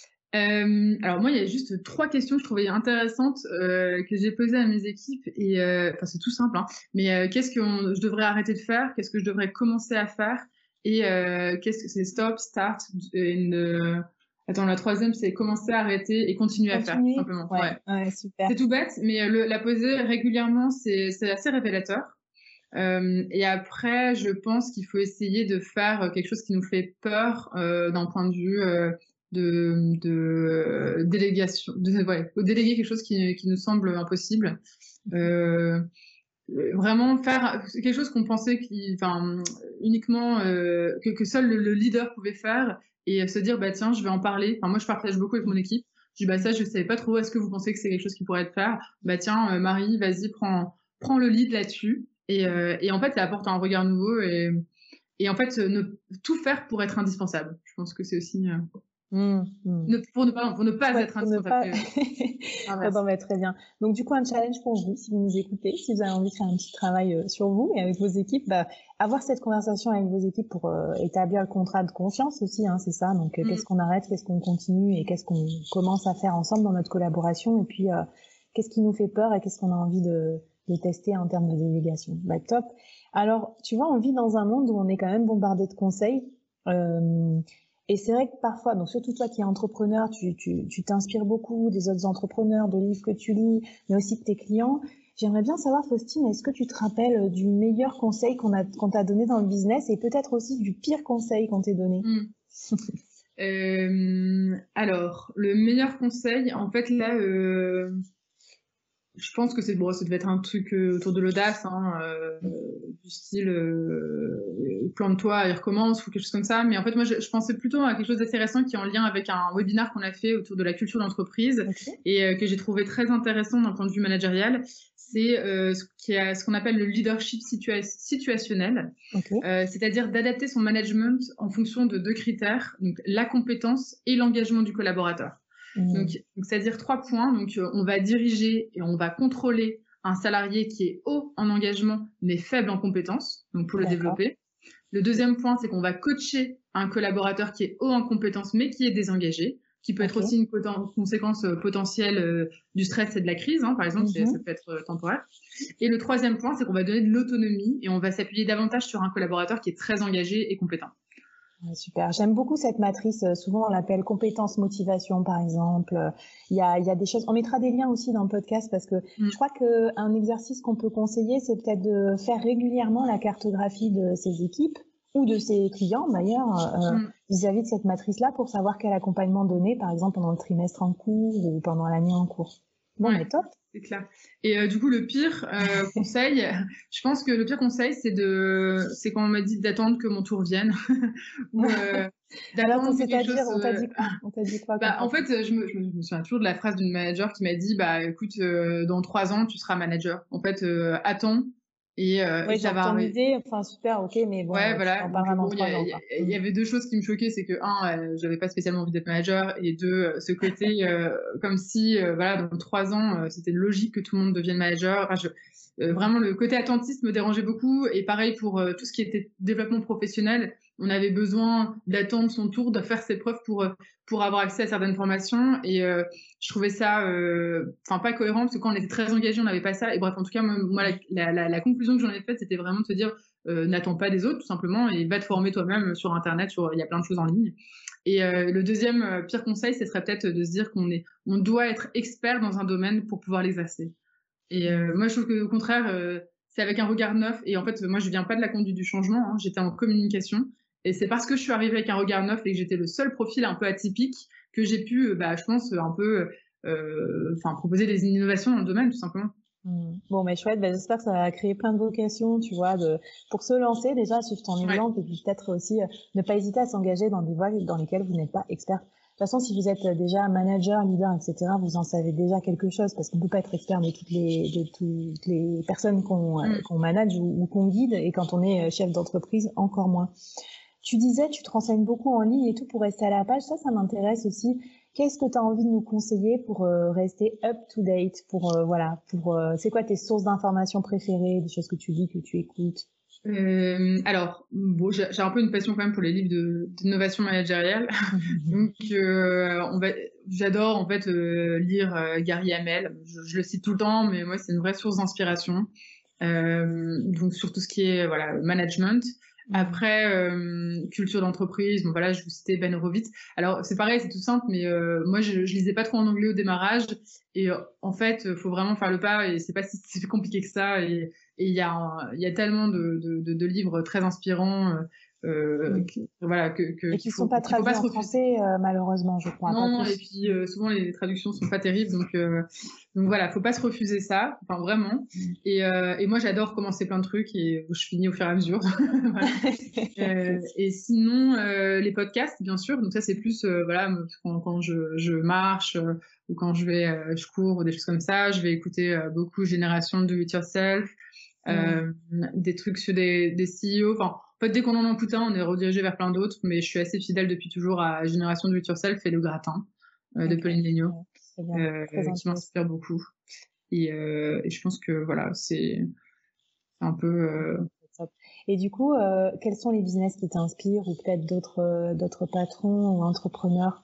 Euh, alors moi, il y a juste trois questions que je trouvais intéressantes euh, que j'ai posées à mes équipes et euh, enfin c'est tout simple, hein, mais euh, qu'est-ce que on, je devrais arrêter de faire, qu'est-ce que je devrais commencer à faire et euh, qu'est-ce que c'est stop, start, and, euh, attends la troisième c'est commencer, arrêter et continuer, continuer. à faire tout simplement. Ouais, ouais. ouais super. C'est tout bête, mais le, la poser régulièrement c'est c'est assez révélateur. Euh, et après, je pense qu'il faut essayer de faire quelque chose qui nous fait peur euh, d'un point de vue euh, de, de délégation, de, ouais, déléguer quelque chose qui, qui nous semble impossible. Euh, vraiment faire quelque chose qu'on pensait qui, enfin, uniquement euh, que, que seul le, le leader pouvait faire et se dire bah tiens je vais en parler. Enfin moi je partage beaucoup avec mon équipe. Je dis bah ça je savais pas trop. Est-ce que vous pensez que c'est quelque chose qui pourrait être faire? Bah tiens euh, Marie vas-y prends prends le lead là-dessus et, euh, et en fait ça apporte un regard nouveau et et en fait ne tout faire pour être indispensable. Je pense que c'est aussi euh, Mmh, mmh. ne, pour ne pas pour ne pas ouais, être pour ne pas... indispensable. Pardon, mais très bien. Donc du coup un challenge pour vous si vous nous écoutez, si vous avez envie de faire un petit travail euh, sur vous et avec vos équipes, bah, avoir cette conversation avec vos équipes pour euh, établir le contrat de confiance aussi, hein, c'est ça. Donc euh, mmh. qu'est-ce qu'on arrête, qu'est-ce qu'on continue et qu'est-ce qu'on commence à faire ensemble dans notre collaboration et puis euh, qu'est-ce qui nous fait peur et qu'est-ce qu'on a envie de, de tester en termes de délégation. Bah top. Alors tu vois, on vit dans un monde où on est quand même bombardé de conseils. Euh, Et c'est vrai que parfois, donc surtout toi qui es entrepreneur, tu, tu, tu t'inspires beaucoup des autres entrepreneurs, de livres que tu lis, mais aussi de tes clients. J'aimerais bien savoir, Faustine, est-ce que tu te rappelles du meilleur conseil qu'on a, qu'on t'a donné dans le business et peut-être aussi du pire conseil qu'on t'ait donné? Mmh. euh, alors, le meilleur conseil, en fait, là, euh, je pense que c'est bon, ça devait être un truc euh, autour de l'audace, hein, euh, du style euh, plante-toi et recommence ou quelque chose comme ça. Mais en fait, moi, je, je pensais plutôt à quelque chose d'assez récent qui est en lien avec un webinaire qu'on a fait autour de la culture d'entreprise okay. et euh, que j'ai trouvé très intéressant d'un point de vue managérial. C'est euh, ce, qui est, ce qu'on appelle le leadership situa- situationnel, okay. euh, c'est-à-dire d'adapter son management en fonction de deux critères, donc la compétence et l'engagement du collaborateur. Mmh. Donc, donc, c'est-à-dire trois points. Donc, euh, on va diriger et on va contrôler un salarié qui est haut en engagement mais faible en compétences, donc pour le D'accord. développer. Le deuxième point, c'est qu'on va coacher un collaborateur qui est haut en compétences mais qui est désengagé, qui peut okay. être aussi une poten- conséquence euh, potentielle euh, du stress et de la crise, hein, par exemple, mmh. ça peut être euh, temporaire. Et le troisième point, c'est qu'on va donner de l'autonomie et on va s'appuyer davantage sur un collaborateur qui est très engagé et compétent. Super, j'aime beaucoup cette matrice, souvent on l'appelle compétence motivation par exemple, il y a, il y a des choses, on mettra des liens aussi dans le podcast parce que mm. je crois qu'un exercice qu'on peut conseiller c'est peut-être de faire régulièrement la cartographie de ses équipes ou de ses clients d'ailleurs euh, mm. vis-à-vis de cette matrice-là pour savoir quel accompagnement donner par exemple pendant le trimestre en cours ou pendant l'année en cours. Bon, ouais. mais top. C'est clair. Et euh, du coup, le pire euh, conseil, je pense que le pire conseil, c'est de, c'est quand on m'a dit d'attendre que mon tour vienne. Ou, euh, d'attendre que quelque chose. On t'a dit quoi, on t'a dit quoi bah, en fait, je me, je me souviens toujours de la phrase d'une manager qui m'a dit, bah, écoute, euh, dans trois ans, tu seras manager. En fait, euh, attends. Et, euh, ouais, et ça va arriver. Idée, enfin super, ok, mais bon, ouais, voilà. en parlera dans trois ans. Il y, y avait deux choses qui me choquaient, c'est que un, euh, j'avais pas spécialement envie d'être manager, et deux, ce côté euh, comme si, euh, voilà, dans trois ans, euh, c'était logique que tout le monde devienne manager. Enfin, je, euh, vraiment, le côté attentiste me dérangeait beaucoup, et pareil pour euh, tout ce qui était développement professionnel. On avait besoin d'attendre son tour, de faire ses preuves pour pour avoir accès à certaines formations, et euh, je trouvais ça, enfin, euh, pas cohérent parce que quand on était très engagé, on n'avait pas ça. Et bref, en tout cas, moi, la, la, la, la conclusion que j'en ai faite, c'était vraiment de se dire, euh, n'attends pas des autres, tout simplement, et va te former toi-même sur Internet. Sur, il y a plein de choses en ligne. Et euh, le deuxième euh, pire conseil, ce serait peut-être de se dire qu'on est, on doit être expert dans un domaine pour pouvoir l'exercer. Et euh, moi, je trouve que au contraire, euh, c'est avec un regard neuf. Et en fait, moi, je viens pas de la conduite du changement. Hein, j'étais en communication. Et c'est parce que je suis arrivée avec un regard neuf et que j'étais le seul profil un peu atypique que j'ai pu, bah, je pense, un peu, euh, enfin, proposer des innovations dans le domaine, tout simplement. Mmh. Bon, mais chouette, bah, j'espère que ça va créer plein de vocations, tu vois, de, pour se lancer, déjà, suivre ton exemple, ouais. Et puis peut-être aussi euh, ne pas hésiter à s'engager dans des voies dans lesquelles vous n'êtes pas expert. De toute façon, si vous êtes déjà manager, leader, et cetera, vous en savez déjà quelque chose, parce qu'on peut pas être expert de toutes les, de toutes les personnes qu'on, mmh. euh, qu'on manage ou, ou qu'on guide, et quand on est chef d'entreprise, encore moins. Tu disais, tu te renseignes beaucoup en ligne et tout pour rester à la page. Ça, ça m'intéresse aussi. Qu'est-ce que tu as envie de nous conseiller pour euh, rester up to date, pour euh, voilà, pour euh, c'est quoi tes sources d'informations préférées, des choses que tu lis, que tu écoutes? Euh, alors, bon, j'ai, j'ai un peu une passion quand même pour les livres de, d'innovation managériale. Donc, euh, on va, j'adore en fait euh, lire euh, Gary Hamel. Je, je le cite tout le temps, mais moi c'est une vraie source d'inspiration. Euh, donc sur tout ce qui est voilà management. Après, euh, culture d'entreprise, bon voilà, je vous citais Ben Horowitz. Alors c'est pareil, c'est tout simple, mais euh, moi je, je lisais pas trop en anglais au démarrage, et euh, en fait, faut vraiment faire le pas, et c'est pas si, si compliqué que ça. Et il y a il y a tellement de, de, de, de livres très inspirants. euh, Mm. qui, voilà, que, que Et qui ne sont pas traduits en français, euh, malheureusement, je crois. Non, et puis euh, souvent les traductions sont pas terribles, donc euh, donc voilà, faut pas se refuser ça, enfin vraiment. Mm. Et, euh, et moi j'adore commencer plein de trucs et je finis au fur et à mesure. Voilà. euh, et sinon euh, les podcasts, bien sûr. Donc ça c'est plus euh, voilà quand, quand je, je marche euh, ou quand je vais euh, je cours ou des choses comme ça, je vais écouter euh, beaucoup Génération Do It Yourself, euh, mm. des trucs sur des, des C E O, enfin. En fait, dès qu'on en écoute un, on est redirigé vers plein d'autres, mais je suis assez fidèle depuis toujours à Génération Do It Yourself et Le Gratin euh, okay. de Pauline Léniaud, euh, qui m'inspire beaucoup. Et, euh, et je pense que voilà, c'est un peu. Euh... Et du coup, euh, quels sont les business qui t'inspirent ou peut-être d'autres euh, d'autres patrons ou entrepreneurs?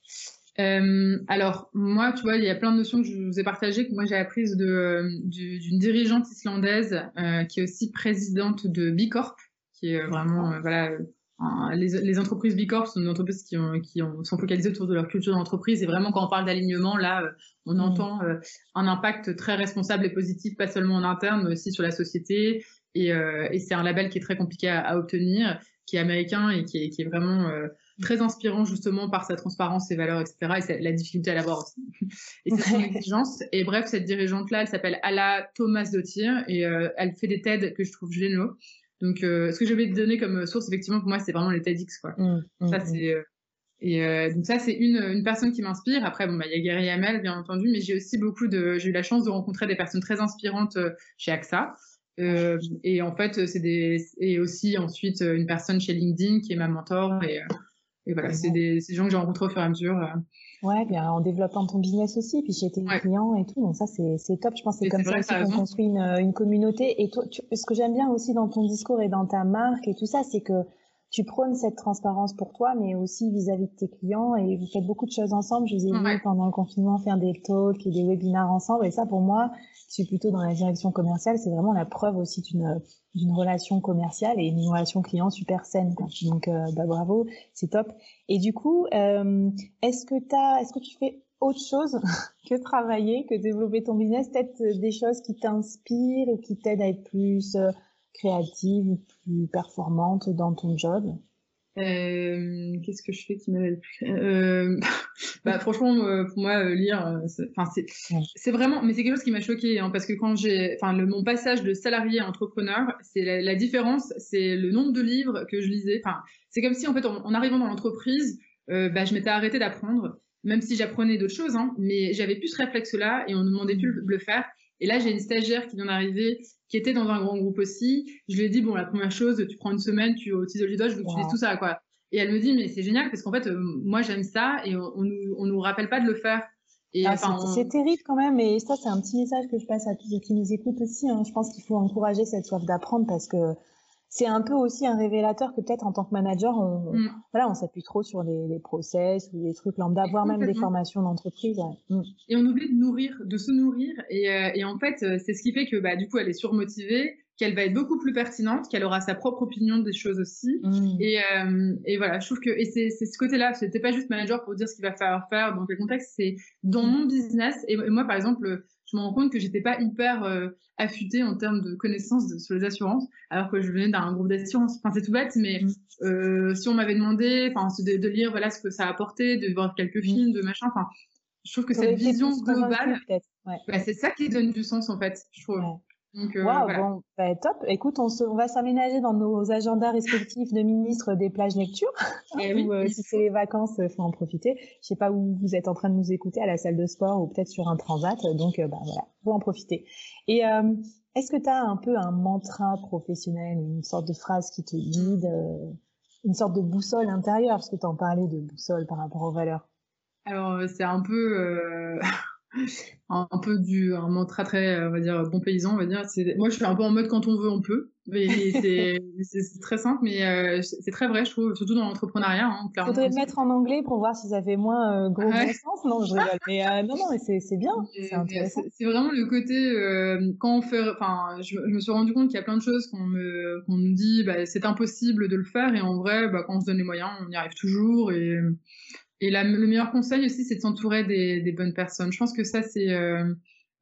Euh, alors moi, tu vois, il y a plein de notions que je vous ai partagées que moi j'ai apprises de euh, d'une dirigeante islandaise euh, qui est aussi présidente de Bicorp, qui est vraiment euh, voilà. Les, les entreprises Bicorp sont des entreprises qui, ont, qui ont, sont focalisées autour de leur culture d'entreprise et vraiment quand on parle d'alignement, là, on mmh. entend euh, un impact très responsable et positif, pas seulement en interne, mais aussi sur la société. Et, euh, et c'est un label qui est très compliqué à, à obtenir, qui est américain et qui est, qui est vraiment euh, très inspirant justement par sa transparence, ses valeurs, et cetera. Et c'est la difficulté à l'avoir aussi. Et c'est son exigence. Et bref, cette dirigeante-là, elle s'appelle Alla Thomas-Dottir et euh, elle fait des TED que je trouve géniaux. Donc, euh, ce que je vais te donner comme source, effectivement, pour moi, c'est vraiment les TEDx, quoi. Mmh, ça, mmh. c'est, euh, et euh, donc ça, c'est une, une personne qui m'inspire. Après, bon, bah, il y a Gary Hamel, bien entendu, mais j'ai aussi beaucoup de, j'ai eu la chance de rencontrer des personnes très inspirantes euh, chez A X A. Euh, et en fait, c'est des, et aussi ensuite une personne chez LinkedIn qui est ma mentor. Et, euh, et voilà, c'est des, c'est des gens que j'ai rencontrés au fur et à mesure. Euh. Ouais, bien en développant ton business aussi, puis chez tes ouais. clients et tout. Donc ça, c'est, c'est top. Je pense que c'est et comme c'est ça aussi qu'on construit une, une communauté. Et toi, tu, ce que j'aime bien aussi dans ton discours et dans ta marque et tout ça, c'est que tu prônes cette transparence pour toi, mais aussi vis-à-vis de tes clients. Et vous faites beaucoup de choses ensemble. Je vous ai ouais. vu pendant le confinement faire des talks et des webinars ensemble. Et ça, pour moi, je suis plutôt dans la direction commerciale. C'est vraiment la preuve aussi d'une, d'une relation commerciale et une relation client super saine, quoi. Donc, euh, bah, bravo, c'est top. Et du coup, euh, est-ce que t'as, est-ce que tu fais autre chose que travailler, que développer ton business? Peut-être des choses qui t'inspirent ou qui t'aident à être plus euh, créative ou plus performante dans ton job? Euh, qu'est-ce que je fais qui m'aide plus euh, bah franchement euh, pour moi euh, lire enfin c'est c'est, ouais. c'est vraiment mais c'est quelque chose qui m'a choquée hein, parce que quand j'ai enfin le mon passage de salarié à entrepreneur, c'est la, la différence, c'est le nombre de livres que je lisais. Enfin c'est comme si en fait en, en arrivant dans l'entreprise euh, bah je m'étais arrêtée d'apprendre, même si j'apprenais d'autres choses hein, mais j'avais plus ce réflexe là et on ne demandait plus de le faire. Et là j'ai une stagiaire qui vient d'arriver, qui était dans un grand groupe aussi. Je lui ai dit, bon, la première chose, tu prends une semaine, tu utilises le doigt, je veux que tu lises tout ça, quoi. Et elle me dit, mais c'est génial, parce qu'en fait, euh, moi, j'aime ça, et on, on, nous, on nous rappelle pas de le faire. Et, ah, c'est, on... c'est terrible quand même, et ça, c'est un petit message que je passe à tous ceux qui nous écoutent aussi, hein. Je pense qu'il faut encourager cette soif d'apprendre, parce que c'est un peu aussi un révélateur que peut-être en tant que manager, on, mm. voilà, on s'appuie trop sur les, les process ou les trucs lambda, voire même des formations d'entreprise. Ouais. Mm. Et on oublie de nourrir, de se nourrir. Et, euh, et en fait, c'est ce qui fait que bah, du coup, elle est surmotivée, qu'elle va être beaucoup plus pertinente, qu'elle aura sa propre opinion des choses aussi. Mm. Et, euh, et voilà, je trouve que et c'est, c'est ce côté-là. C'était pas juste manager pour dire ce qu'il va falloir faire dans quel contexte. C'est dans mm. mon business. Et, et moi, par exemple, je me rends compte que j'étais pas hyper euh, affûtée en termes de connaissances de, sur les assurances, alors que je venais d'un groupe d'assurance. Enfin, c'est tout bête, mais mmh. euh, si on m'avait demandé, enfin, de, de lire voilà ce que ça a apporté, de voir quelques films, de machin, enfin, je trouve que cette vision globale, ouais. bah, c'est ça qui donne du sens en fait, je trouve. Ouais. Donc, euh, wow, voilà. Bon, bah, top. Écoute, on, se, on va s'aménager dans nos agendas respectifs de ministres des plages lecture. Et oui, ou euh, si c'est les vacances, il faut en profiter. Je sais pas où vous êtes en train de nous écouter, à la salle de sport ou peut-être sur un transat. Donc, euh, bah, voilà, faut en profiter. Et euh, est-ce que tu as un peu un mantra professionnel, une sorte de phrase qui te guide, euh, une sorte de boussole intérieure, parce que tu en parlais de boussole par rapport aux valeurs? Alors, c'est un peu... Euh... un, un peu du un mantra très on va dire bon paysan on va dire. C'est, moi je suis un peu en mode quand on veut on peut, et c'est, c'est, c'est très simple mais euh, c'est très vrai je trouve, surtout dans l'entrepreneuriat hein, clairement. Faudrait le mettre en anglais pour voir si ça fait moins euh, gros ouais. bon sens. Non je rigole mais euh, non non mais c'est, c'est bien, et, c'est intéressant. C'est, c'est vraiment le côté euh, quand on fait enfin je, je me suis rendu compte qu'il y a plein de choses qu'on me qu'on nous dit bah, c'est impossible de le faire, et en vrai bah, quand on se donne les moyens on y arrive toujours. Et Et la, le meilleur conseil aussi, c'est de s'entourer des, des bonnes personnes. Je pense que ça, c'est euh,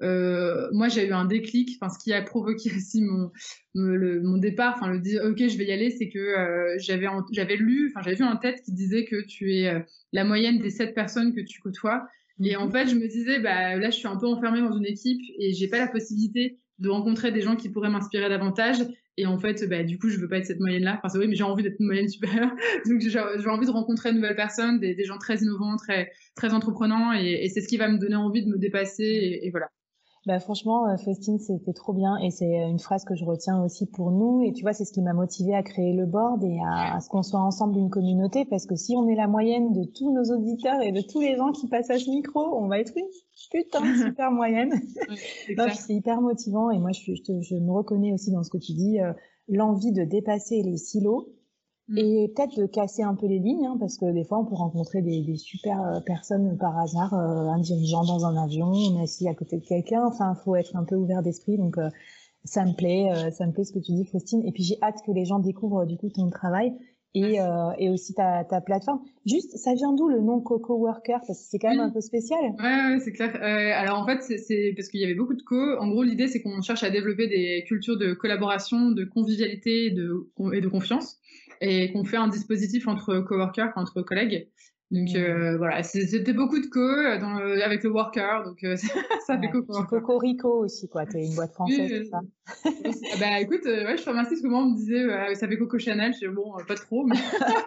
euh, moi j'ai eu un déclic. Enfin, ce qui a provoqué aussi mon mon, le, mon départ, enfin le dire ok je vais y aller, c'est que euh, j'avais en, j'avais lu, enfin j'avais vu un TED qui disait que tu es euh, la moyenne des sept personnes que tu côtoies. Et en fait, je me disais, bah, là, je suis un peu enfermée dans une équipe et j'ai pas la possibilité de rencontrer des gens qui pourraient m'inspirer davantage. Et en fait, bah, du coup, je veux pas être cette moyenne-là. Enfin, c'est vrai, mais j'ai envie d'être une moyenne supérieure. Donc, j'ai, j'ai envie de rencontrer de nouvelles personnes, des, des gens très innovants, très, très entreprenants. Et, et c'est ce qui va me donner envie de me dépasser. Et, et voilà. Bah franchement, Faustine, c'était trop bien et c'est une phrase que je retiens aussi pour nous. Et tu vois, c'est ce qui m'a motivée à créer le board et à, à ce qu'on soit ensemble une communauté, parce que si on est la moyenne de tous nos auditeurs et de tous les gens qui passent à ce micro, on va être une putain de super moyenne. Ouais, c'est, Donc, c'est hyper motivant et moi, je, suis, je, te, je me reconnais aussi dans ce que tu dis, euh, l'envie de dépasser les silos. Et peut-être de casser un peu les lignes, hein, parce que des fois, on peut rencontrer des, des super euh, personnes par hasard, euh, un dirigeant dans un avion, on est assis à côté de quelqu'un. Enfin, il faut être un peu ouvert d'esprit. Donc, euh, ça me plaît, euh, ça me plaît ce que tu dis, Faustine. Et puis, j'ai hâte que les gens découvrent du coup ton travail et, euh, et aussi ta, ta plateforme. Juste, ça vient d'où le nom Coco Worker? Parce que c'est quand même oui. un peu spécial. Ouais, ouais, c'est clair. Euh, alors en fait, c'est, c'est parce qu'il y avait beaucoup de co. En gros, l'idée, c'est qu'on cherche à développer des cultures de collaboration, de convivialité et de, et de confiance, et qu'on fait un dispositif entre coworkers, entre collègues. Donc mmh. euh, voilà, c'était beaucoup de co dans le, avec le worker, donc euh, ça ouais. fait Coco. Cocorico aussi, quoi. T'es une boîte française, oui, c'est ça. Bah écoute, euh, ouais, je te remercie parce que moi on me disait euh, ça fait Coco Chanel, je dis bon, euh, pas trop, mais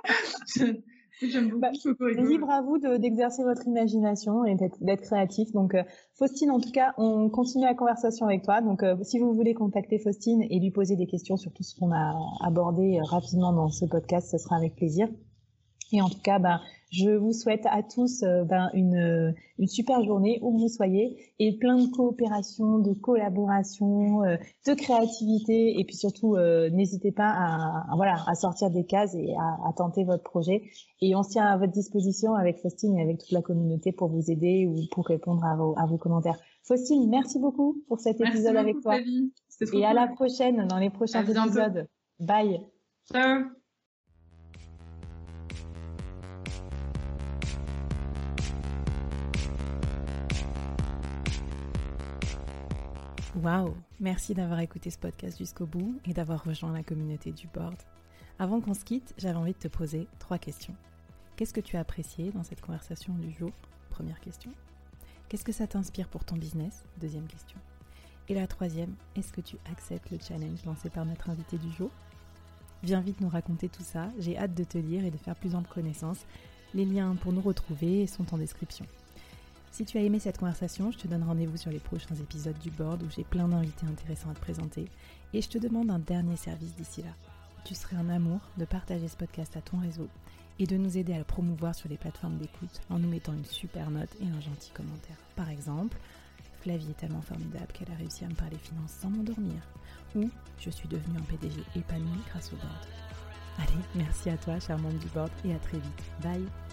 j'aime beaucoup. Bah, libre à vous de, d'exercer votre imagination et d'être, d'être créatif. Donc euh, Faustine, en tout cas, on continue la conversation avec toi. Donc euh, si vous voulez contacter Faustine et lui poser des questions sur tout ce qu'on a abordé euh, rapidement dans ce podcast, ce sera avec plaisir. Et en tout cas, ben, je vous souhaite à tous euh, ben, une, une super journée où que vous soyez et plein de coopération, de collaboration, euh, de créativité et puis surtout, euh, n'hésitez pas à, à, voilà, à sortir des cases et à, à tenter votre projet. Et on se tient à votre disposition avec Faustine et avec toute la communauté pour vous aider ou pour répondre à vos, à vos commentaires. Faustine, merci beaucoup pour cet merci épisode beaucoup, avec toi. C'était trop et cool. À la prochaine dans les prochains épisodes. Bye. Ciao. Waouh! Merci d'avoir écouté ce podcast jusqu'au bout et d'avoir rejoint la communauté du board. Avant qu'on se quitte, j'avais envie de te poser trois questions. Qu'est-ce que tu as apprécié dans cette conversation du jour? Première question. Qu'est-ce que ça t'inspire pour ton business? Deuxième question. Et la troisième, est-ce que tu acceptes le challenge lancé par notre invité du jour? Viens vite nous raconter tout ça, j'ai hâte de te lire et de faire plus ample connaissance. Les liens pour nous retrouver sont en description. Si tu as aimé cette conversation, je te donne rendez-vous sur les prochains épisodes du board où j'ai plein d'invités intéressants à te présenter et je te demande un dernier service d'ici là. Tu serais un amour de partager ce podcast à ton réseau et de nous aider à le promouvoir sur les plateformes d'écoute en nous mettant une super note et un gentil commentaire. Par exemple, Flavie est tellement formidable qu'elle a réussi à me parler finances sans m'endormir, ou je suis devenue un P D G épanoui grâce au board. Allez, merci à toi, cher membre du board, et à très vite. Bye!